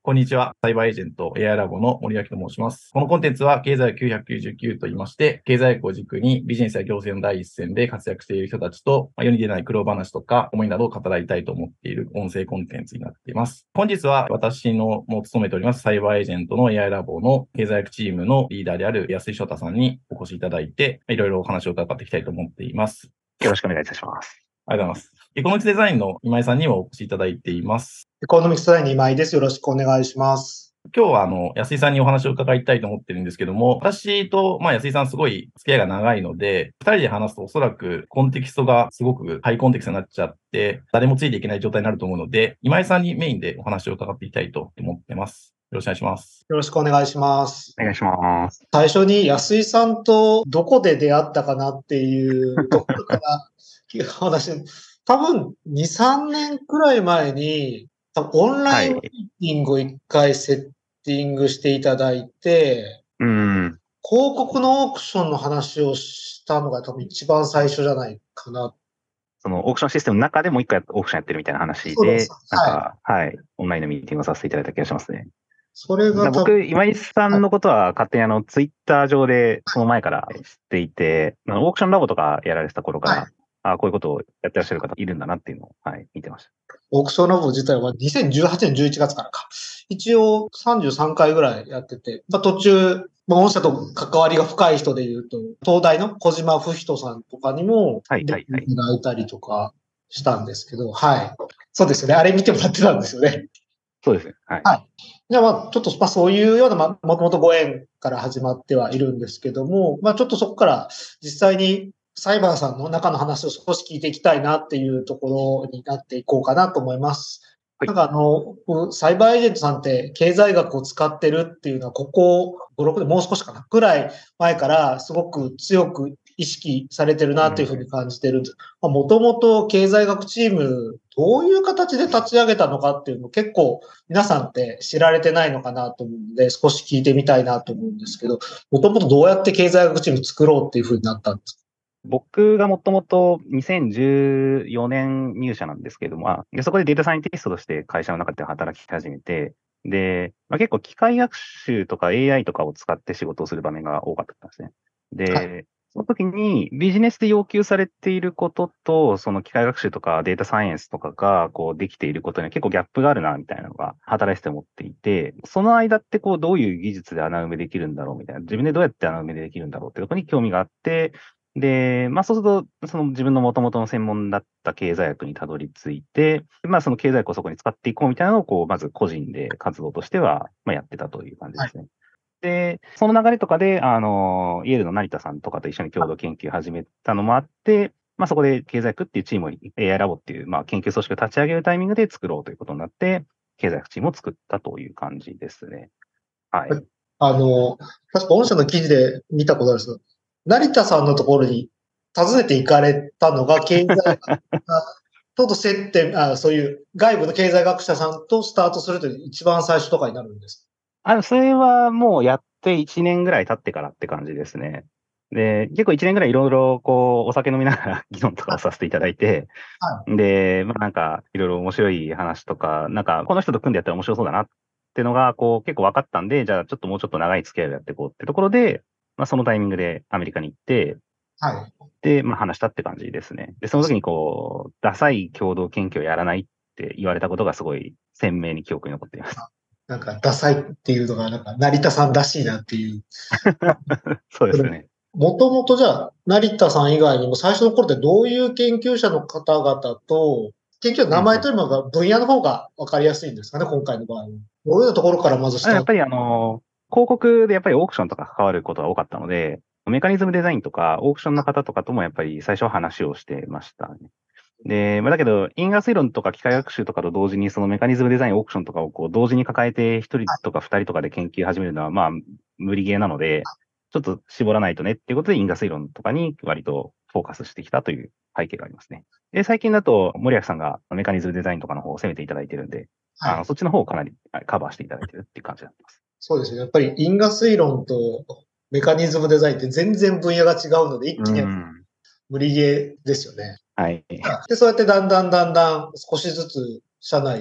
こんにちは。サイバーエージェント AI ラボの森脇と申します。このコンテンツは経済999と言いまして、経済学を軸にビジネスや行政の第一線で活躍している人たちと、世に出ない苦労話とか思いなどを語りたいと思っている音声コンテンツになっています。本日は私のも務めておりますサイバーエージェントの AI ラボの経済学チームのリーダーである安井翔太さんにお越しいただいて、いろいろお話を伺っていきたいと思っています。 よろしくお願いいたします。 ありがとうございます。エコノミクスデザインの今井さんにもお越しいただいています。 エコノミクスデザインの今井です。よろしくお願いします。 今日は安井さんにお話を伺いたいと思ってるんですけども、私と安井さんすごい付き合いが長いので、二人で話すとおそらくコンテキストがすごくハイコンテキストになっちゃって、誰もついていけない状態になると思うので、今井さんにメインでお話を伺っていきたいと思ってます。よろしくお願いします。 よろしくお願いします。 お願いします。 最初に安井さんとどこで出会ったかなっていうところから話、多分2、3年くらい前に、オンラインミーティングを一回セッティングしていただいて、広告のオークションの話をしたのが多分一番最初じゃないかな。 そのオークションシステムの中でもう一回オークションやってるみたいな話で、オンラインのミーティングをさせていただいた気がしますね。 それが僕、今井さんのことは勝手にツイッター上でその前から知っていて、オークションラボとかやられてた頃から、こういうことをやってらっしゃる方いるんだなっていうのを、見てました。 オークションラボ自体は2018年11月からか。一応33回ぐらいやってて、途中、御社と関わりが深い人で言うと、東大の小島不人さんとかにも出ていただいたりとかしたんですけど、そうですよね。あれ見てもらってたんですよね。 そうですね。 じゃあちょっとそういうようなもともとご縁から始まってはいるんですけども、ちょっとそこから実際にサイバーさんの中の話を少し聞いていきたいなっていうところになっていこうかなと思います。なんかサイバーエージェントさんって経済学を使ってるっていうのはここ5、6年もう少しかなくらい前からすごく強く意識されてるなというふうに感じてるんです。もともと経済学チームどういう形で立ち上げたのかっていうのを結構皆さんって知られてないのかなと思うので少し聞いてみたいなと思うんですけど、もともとどうやって経済学チーム作ろうっていうふうになったんですか？ 僕がもともと2014年入社なんですけれども、そこでデータサイエンティストとして会社の中で働き始めて、で、結構機械学習とか AI とかを使って仕事をする場面が多かったんですね。で、その時にビジネスで要求されていることと、その機械学習とかデータサイエンスとかができていることには結構ギャップがあるな、みたいなのが働いてて思っていて、その間ってどういう技術で穴埋めできるんだろうみたいな、自分でどうやって穴埋めできるんだろうってところに興味があって、で、そうすると、その自分の元々の専門だった経済学にたどり着いて、その経済学をそこに使っていこうみたいなのを、まず個人で活動としては、やってたという感じですね。で、その流れとかで、イエールの成田さんとかと一緒に共同研究を始めたのもあって、そこで経済学っていうチームを AI ラボっていう、研究組織を立ち上げるタイミングで作ろうということになって、経済学チームを作ったという感じですね。 確か御社の記事で見たことあるんですけど、成田さんのところに訪ねて行かれたのが経済学と接点、そういう外部の経済学者さんとスタートするという一番最初とかになるんですか？ それはもうやって1年ぐらい経ってからって感じですね。で、結構1年ぐらいいろいろお酒飲みながら議論とかをさせていただいて、で、いろいろ面白い話とか、この人と組んでやったら面白そうだなってのが、結構分かったんで、じゃあちょっともうちょっと長い付き合いをやっていこうってところで、そのタイミングでアメリカに行って、で、話したって感じですね。で、その時にダサい共同研究をやらないって言われたことがすごい鮮明に記憶に残っています。 ダサいっていうのが、成田さんらしいなっていう。 そうですね。 もともとじゃあ、成田さん以外にも最初の頃ってどういう研究者の方々と、研究者の名前というのが分野の方が分かりやすいんですかね、今回の場合は。どういうところからまずした？ やっぱり広告でやっぱりオークションとか関わることが多かったので、メカニズムデザインとかオークションの方とかともやっぱり最初は話をしてましたね。で、だけど、因果推論とか機械学習とかと同時にそのメカニズムデザイン、オークションとかを同時に抱えて一人とか二人とかで研究始めるのは無理ゲーなので、ちょっと絞らないとねっていうことで因果推論とかに割とフォーカスしてきたという背景がありますね。で、最近だと森脇さんがメカニズムデザインとかの方を攻めていただいてるんで、そっちの方をかなりカバーしていただいてるっていう感じになってます。 そうですね。やっぱり因果推論とメカニズムデザインって全然分野が違うので、一気に無理ゲーですよね。で、そうやってだんだん少しずつ社内で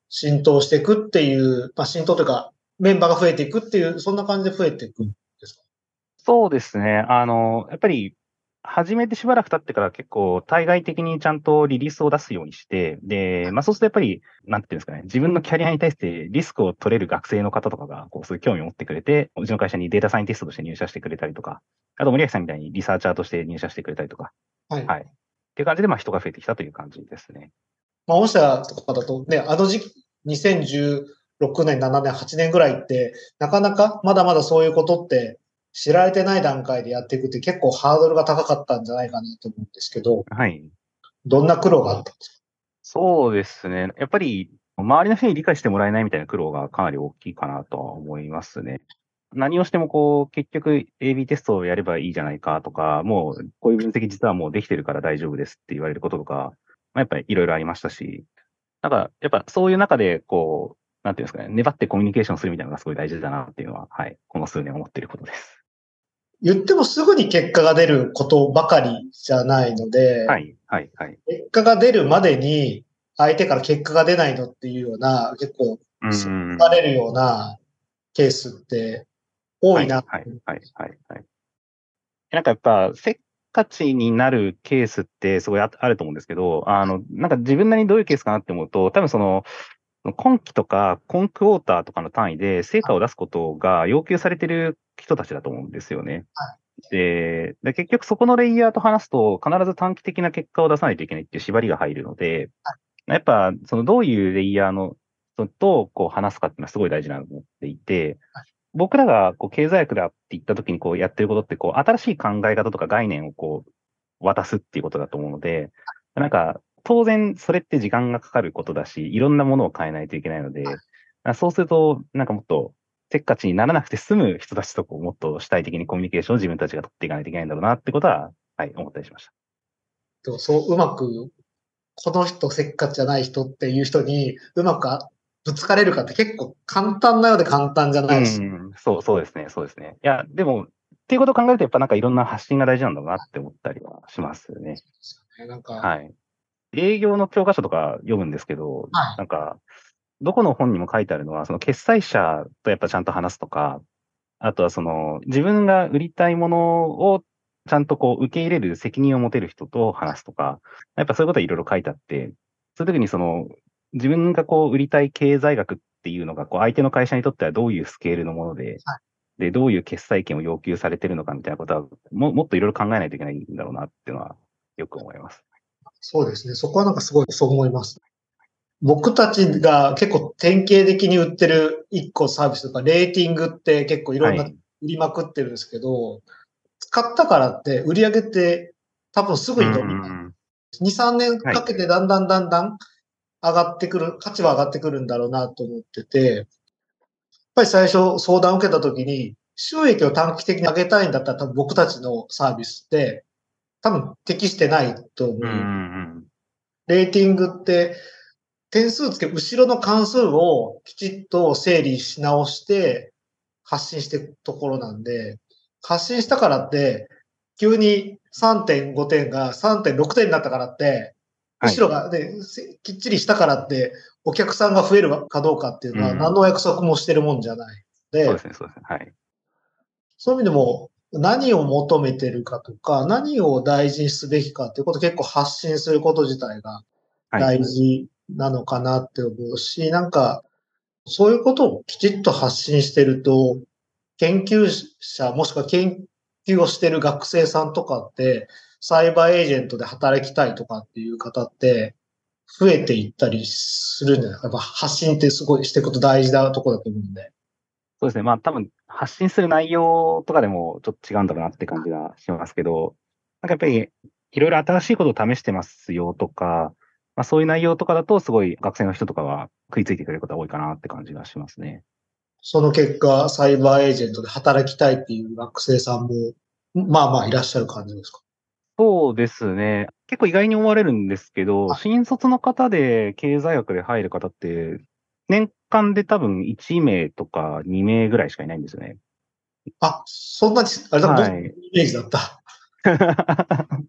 浸透していくっていう、浸透というか、メンバーが増えていくっていう、そんな感じで増えていくんですか？ そうですね。やっぱり、始めてしばらく経ってから結構対外的にちゃんとリリースを出すようにして、で、そうするとやっぱり、なんていうんですかね、自分のキャリアに対してリスクを取れる学生の方とかが、そういう興味を持ってくれて、うちの会社にデータサイエンティストとして入社してくれたりとか、あと森脇さんみたいにリサーチャーとして入社してくれたりとか、 はい。 はい。っていう感じで、人が増えてきたという感じですね。 御社とかだとね、あの時期、2016年、7年、8年ぐらいって、なかなかまだまだそういうことって知られてない段階でやっていくって結構ハードルが高かったんじゃないかなと思うんですけど、 はい。 どんな苦労があったんですそうですね。やっぱり、周りの人に理解してもらえないみたいな苦労がかなり大きいかなとは思いますね。何をしても結局 AB テストをやればいいじゃないかとか、もうこういう分析実はもうできてるから大丈夫ですって言われることとか、やっぱりいろいろありましたし、やっぱそういう中でなんていうんですかね、粘ってコミュニケーションするみたいなのがすごい大事だなっていうのは、はい、この数年思っていることです。 言ってもすぐに結果が出ることばかりじゃないので、 はい、はい、はい。 結果が出るまでに相手から結果が出ないのっていうような、結構、 う疲ん。 れるようなケースって多はい、 いな。 はい、はい、はい、はい。やっぱ、せっかちになるケースってすごいあると思うんですけど、自分なりにどういうケースかなって思うと、多分今期とか今クォーターとかの単位で成果を出すことが要求されてる人たちだと思うんですよね。で、結局そこのレイヤーと話すと必ず短期的な結果を出さないといけないっていう縛りが入るので、やっぱ、どういうレイヤーの人と話すかっていうのはすごい大事なのと思っていて、僕らが経済学だって言った時にやってることって新しい考え方とか概念を渡すっていうことだと思うので、当然それって時間がかかることだし、いろんなものを変えないといけないので、そうすると、もっとせっかちにならなくて済む人たちともっと主体的にコミュニケーションを自分たちが取っていかないといけないんだろうなってことは、はい、思ったりしました。 でもそう、うまく、この人せっかちじゃない人っていう人にうまくぶつかれるかって結構簡単なようで簡単じゃないし。 そうですね、そうですね。いや、でも、っていうことを考えると、やっぱいろんな発信が大事なんだろうなって思ったりはしますね。 なんか、 はい。営業の教科書とか読むんですけど、 はい。 どこの本にも書いてあるのは、その決済者とやっぱちゃんと話すとか、あとは自分が売りたいものをちゃんと受け入れる責任を持てる人と話すとか、やっぱそういうことはいろいろ書いてあって、そういう時に自分が売りたい経済学っていうのが相手の会社にとってはどういうスケールのもので、で、どういう決済権を要求されているのかみたいなことは、もっといろいろ考えないといけないんだろうなっていうのはよく思います。 そうですね。そこはなんかすごいそう思います。僕たちが結構典型的に売ってる一個サービスとか、レーティングって結構いろんな売はい。 りまくってるんですけど、使ったからって売り上げって多分すうぐに伸びない。 ん。 2、3年はい。 かけてだんだん上がってくる、価値は上がってくるんだろうなと思ってて、やっぱり最初相談を受けた時に、収益を短期的に上げたいんだったら多分僕たちのサービスって多分適してないとう思う。 ん。 レーティングって点数つけ、後ろの関数をきちっと整理し直して発信していくところなんで、発信したからって、急に3.5点が3.6点になったからって、 はい。 後ろが、ね、きっちりしたからって、お客さんが増えるかどうかっていうのは、何うん。 の約束もしてるもんじゃないで、 そうですね、そうですね。はい。 そういう意味でも、何を求めてるかとか、何を大事にすべきかっていうことを結構発信すること自体がはい。 大事なのかなって思うし、なんか、そういうことをきちっと発信してると、研究者もしくは研究をしてる学生さんとかって、サイバーエージェントで働きたいとかっていう方って増えていったりするんじゃないか。やっぱ発信ってすごいしていくこと大事なところだと思うんで。 そうですね。多分、発信する内容とかでもちょっと違うんだろうなって感じがしますけど、やっぱり、いろいろ新しいことを試してますよとか、そういう内容とかだと、すごい学生の人とかは食いついてくれることが多いかなって感じがしますね。 その結果、サイバーエージェントで働きたいっていう学生さんも、まあまあいらっしゃる感じですか。 そうですね。結構意外に思われるんですけど、新卒の方で経済学で入る方って、年間で多分1名とか2名ぐらいしかいないんですよね。 あ、そんなに、あれだ、僕のはい。 イメージだった。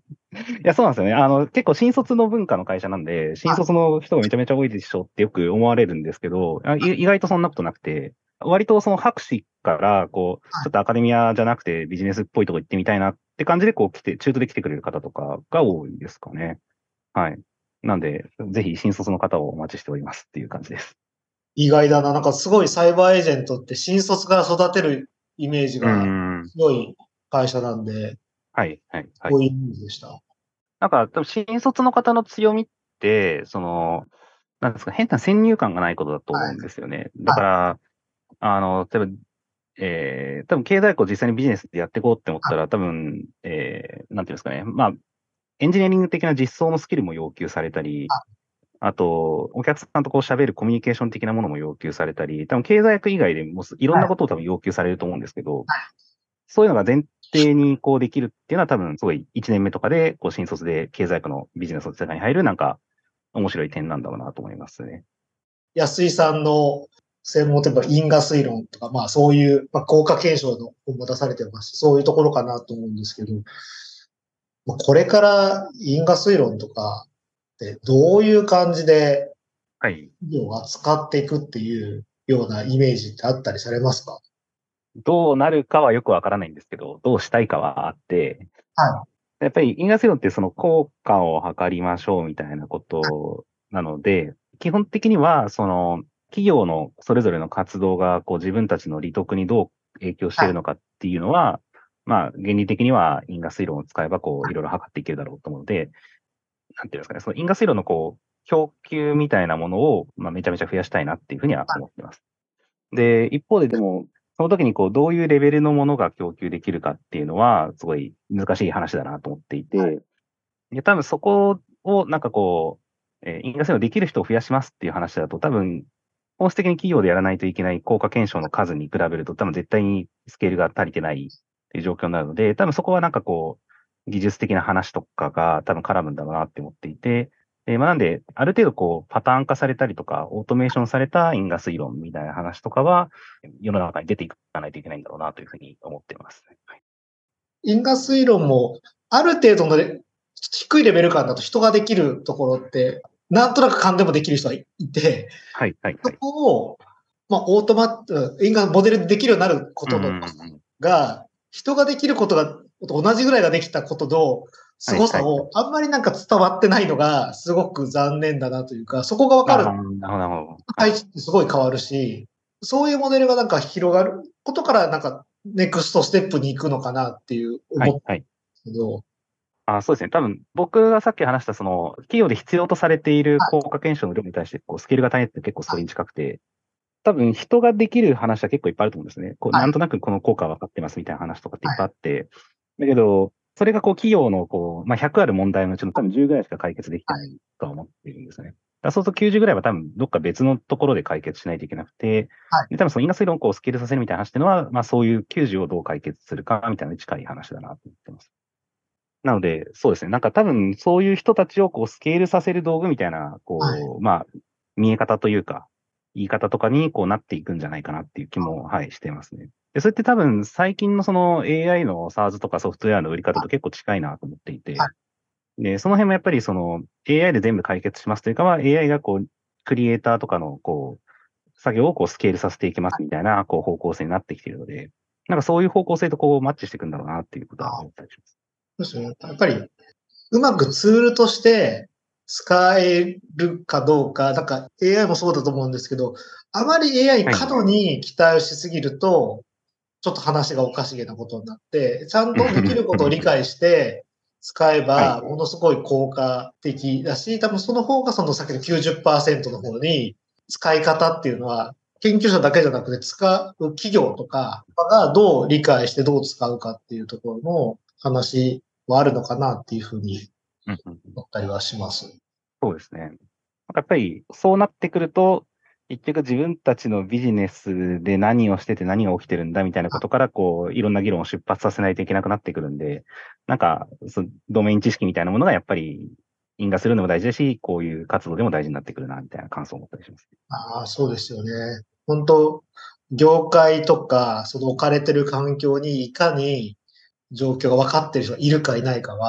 や、そうなんですよね。結構新卒の文化の会社なんで、新卒の人がめちゃめちゃ多いでしょってよく思われるんですけど、意外とそんなことなくて、割とその博士から、ちょっとアカデミアじゃなくてビジネスっぽいとこ行ってみたいなって感じで、中途で来てくれる方とかが多いですかね。はい。なんで、ぜひ新卒の方をお待ちしておりますっていう感じです。 意外だな。なんかすごいサイバーエージェントって新卒から育てるイメージうーがん。 強い会社なんで、 はい、はい、はい。 こういうイメージでした。 なんか、多分新卒の方の強みって、なんですか、変な先入観がないことだと思うんですよね。だはい。 から、例えば、多分経済学を実際にビジネスでやっていこうって思ったら、多分、なんていうんですかね。まあ、エンジニアリング的な実装のスキルも要求されたり、あと、お客さんと喋るコミュニケーション的なものも要求されたり、多分経済学以外でもいろんはい。 なことを多分要求されると思うんですけど、そういうのが前提にできるっていうのは多分すごい1年目とかで新卒で経済学のビジネスの世界に入るなんか面白い点なんだろうなと思いますね。 安井さんの専門といえば因果推論とか、まあそういう、まあ、効果検証の本も出されてますし、そういうところかなと思うんですけど、まあ、これから因果推論とかってどういう感じではい。 企業が使っていくっていうようなイメージってあったりされますか？ どうなるかはよくわからないんですけど、どうしたいかはあって、 はやっぱり因果性ってその効果を測りましょうみたいなことなので、基本的には企業のそれぞれの活動が自分たちの利得にどう影響しているのかっていうのは、まあ原理的には因果推論を使えばいろいろ測っていけるだろうと思うので、なんていうんですかね、その因果推論の供給みたいなものを、まあ、めちゃめちゃ増やしたいなっていうふうには思っています。で、一方ででも、その時にどういうレベルのものが供給できるかっていうのは、すごい難しい話だなと思っていて、で多分そこをなんか因果性のできる人を増やしますっていう話だと、多分、本質的に企業でやらないといけない効果検証の数に比べると、多分絶対にスケールが足りてないっていう状況になるので、多分そこはなんか技術的な話とかが多分絡むんだろうなって思っていて、まあなんで、ある程度パターン化されたりとか、オートメーションされた因果推論みたいな話とかは、世の中に出ていかないといけないんだろうなというふうに思っていますね。はい。 い。因果推論もある程度の低いレベル感だと人ができるところって、なんとなく勘でもできる人がいて、 はい、はい、 そはい。 こを、まあ、オートマット、因果モデルでできるようになることとうんうんうん。 が、人ができることが、同じぐらいができたことのはい、 凄はい。 さを、あんまりなんか伝わってないのが、すごく残念だなというか、そこがわかああ、 るなるほど、なるほど。はい。 配置ってすごい変わるし、そういうモデルがなんか広がることから、なんか、ネクストステップに行くのかなっていうはい、 思ったんではい。 すけど、 そうですね。多分、僕がさっき話した、企業で必要とされているはい、 効果検証の量に対して、スケールが足りないって結構それに近くて、多分、人ができる話は結構いっぱいあると思うんですね。 はい、 なんとなくこの効果は分かってますみたいな話とかっていっはい、 ぱいあって、だけど、それが企業のまあ、100ある問題のうちの多分10ぐらいしか解決できてないとは思っているんですね。そうすると90ぐらいは多分どっか別のところで解決しないといけなくて、 はい。 で、多分その因果推論をスケールさせるみたいな話っていうのは、まあそういう90をどう解決するかみたいなのに近い話だなと思ってます。なので、そうですね。なんか多分そういう人たちをスケールさせる道具みたいな、 はい。 まあ、見え方というか、言い方とかになっていくんじゃないかなっていう気も、はい、してますね。で、それって多分最近のその AI の SaaS とかソフトウェアの売り方と結構近いなと思っていて、で、その辺もやっぱりAI で全部解決しますというかは、AI がクリエイターとかの作業をスケールさせていきますみたいな方向性になってきているので、なんかそういう方向性とマッチしていくんだろうなっていうことは思ったりします。 そうですね。やっぱり、うまくツールとして使えるかどうか、なんか AI もそうだと思うんですけど、あまり AI にはい。 過度に期待をしすぎると、ちょっと話がおかしげなことになって、ちゃんとできることを理解して使えはい。 ば、ものすごい効果的だし、多分その方がその先の90%の方に使い方っていうのは、研究者だけじゃなくて使う企業とかがどう理解してどう使うかっていうところの話はあるのかなっていうふうにうんうんうん。 思ったりはします。 そうですね。なんかやっぱりそうなってくると、結局自分たちのビジネスで何をしてて何が起きてるんだみたいなことから、いろんな議論を出発させないといけなくなってくるんで、なんか、ドメイン知識みたいなものがやっぱり因果するのも大事だし、こういう活動でも大事になってくるな、みたいな感想を持ったりします。 ああ、そうですよね。本当業界とか、その置かれてる環境にいかに状況が分かってる人がいるかいないかは、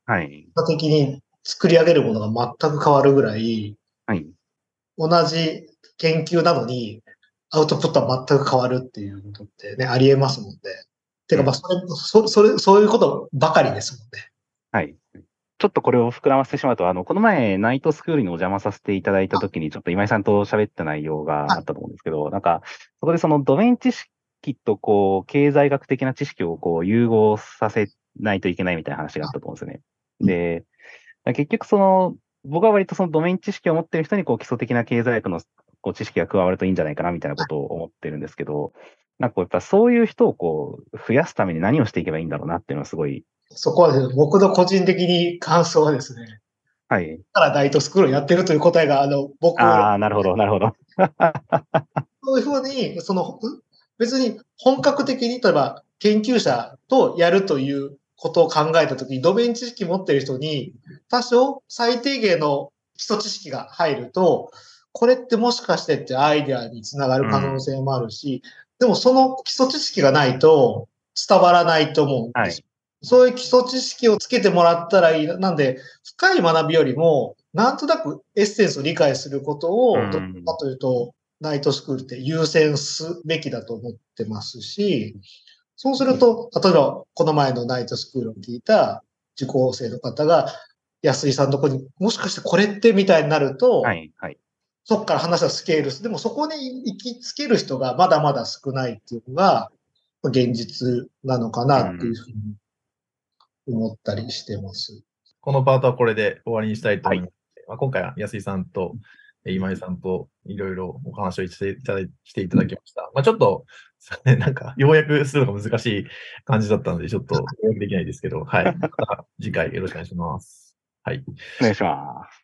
はい。 結果的に作り上げるものが全く変わるぐらい、 はい。 同じ研究なのに、アウトプットは全く変わるっていうことってね、ありえますもんね。てか、まあ、そういうことばかりですもんね。 はい。ちょっとこれを膨らませてしまうと、この前、ナイトスクールにお邪魔させていただいたときに、ちょっと今井さんと喋った内容があったと思うんですけど、なんか、そこでそのドメイン知識と、こう、経済学的な知識をこう、融合させないといけないみたいな話があったと思うんですよね。で、結局その、僕は割とそのドメイン知識を持っている人に、こう、基礎的な経済学のこう知識が加わるといいんじゃないかな、みたいなことを思ってるんですけど、なんかこうやっぱそういう人をこう、増やすために何をしていけばいいんだろうなっていうのはすごい、 そこはですね、僕の個人的に感想はですね、 はい。 だからナイトスクールをやってるという答えが、僕、 ああ、なるほど、なるほど。 そういうふうに、別に本格的に、例えば研究者とやるということを考えたときに、ドメイン知識持っている人に、多少最低限の基礎知識が入ると、これってもしかしてってアイデアにつながる可能性もあるし、でもその基礎知識がないと伝わらないと思うんです。 はい。 そういう基礎知識をつけてもらったらいい。なんで、深い学びよりも、なんとなくエッセンスを理解することを、どっちかというと、ナイトスクールって優先すべきだと思ってますし、そうすると、例えばこの前のナイトスクールを聞いた受講生の方が、安井さんのとこに、もしかしてこれってみたいになると、 はい、はい。 そこから話はスケールす。でもそこに行きつける人がまだまだ少ないっていうのが、現実なのかなっていうふうに思ったりしてます。 このパートはこれで終わりにしたいと思います。まあ、今回は安井さんと今井さんといろいろお話をしていただきました。まあ、ちょっと、なんか、要約するのが難しい感じだったので、ちょっと要約できないですけど、はい。また次回よろしくお願いします。はい。 お願いします。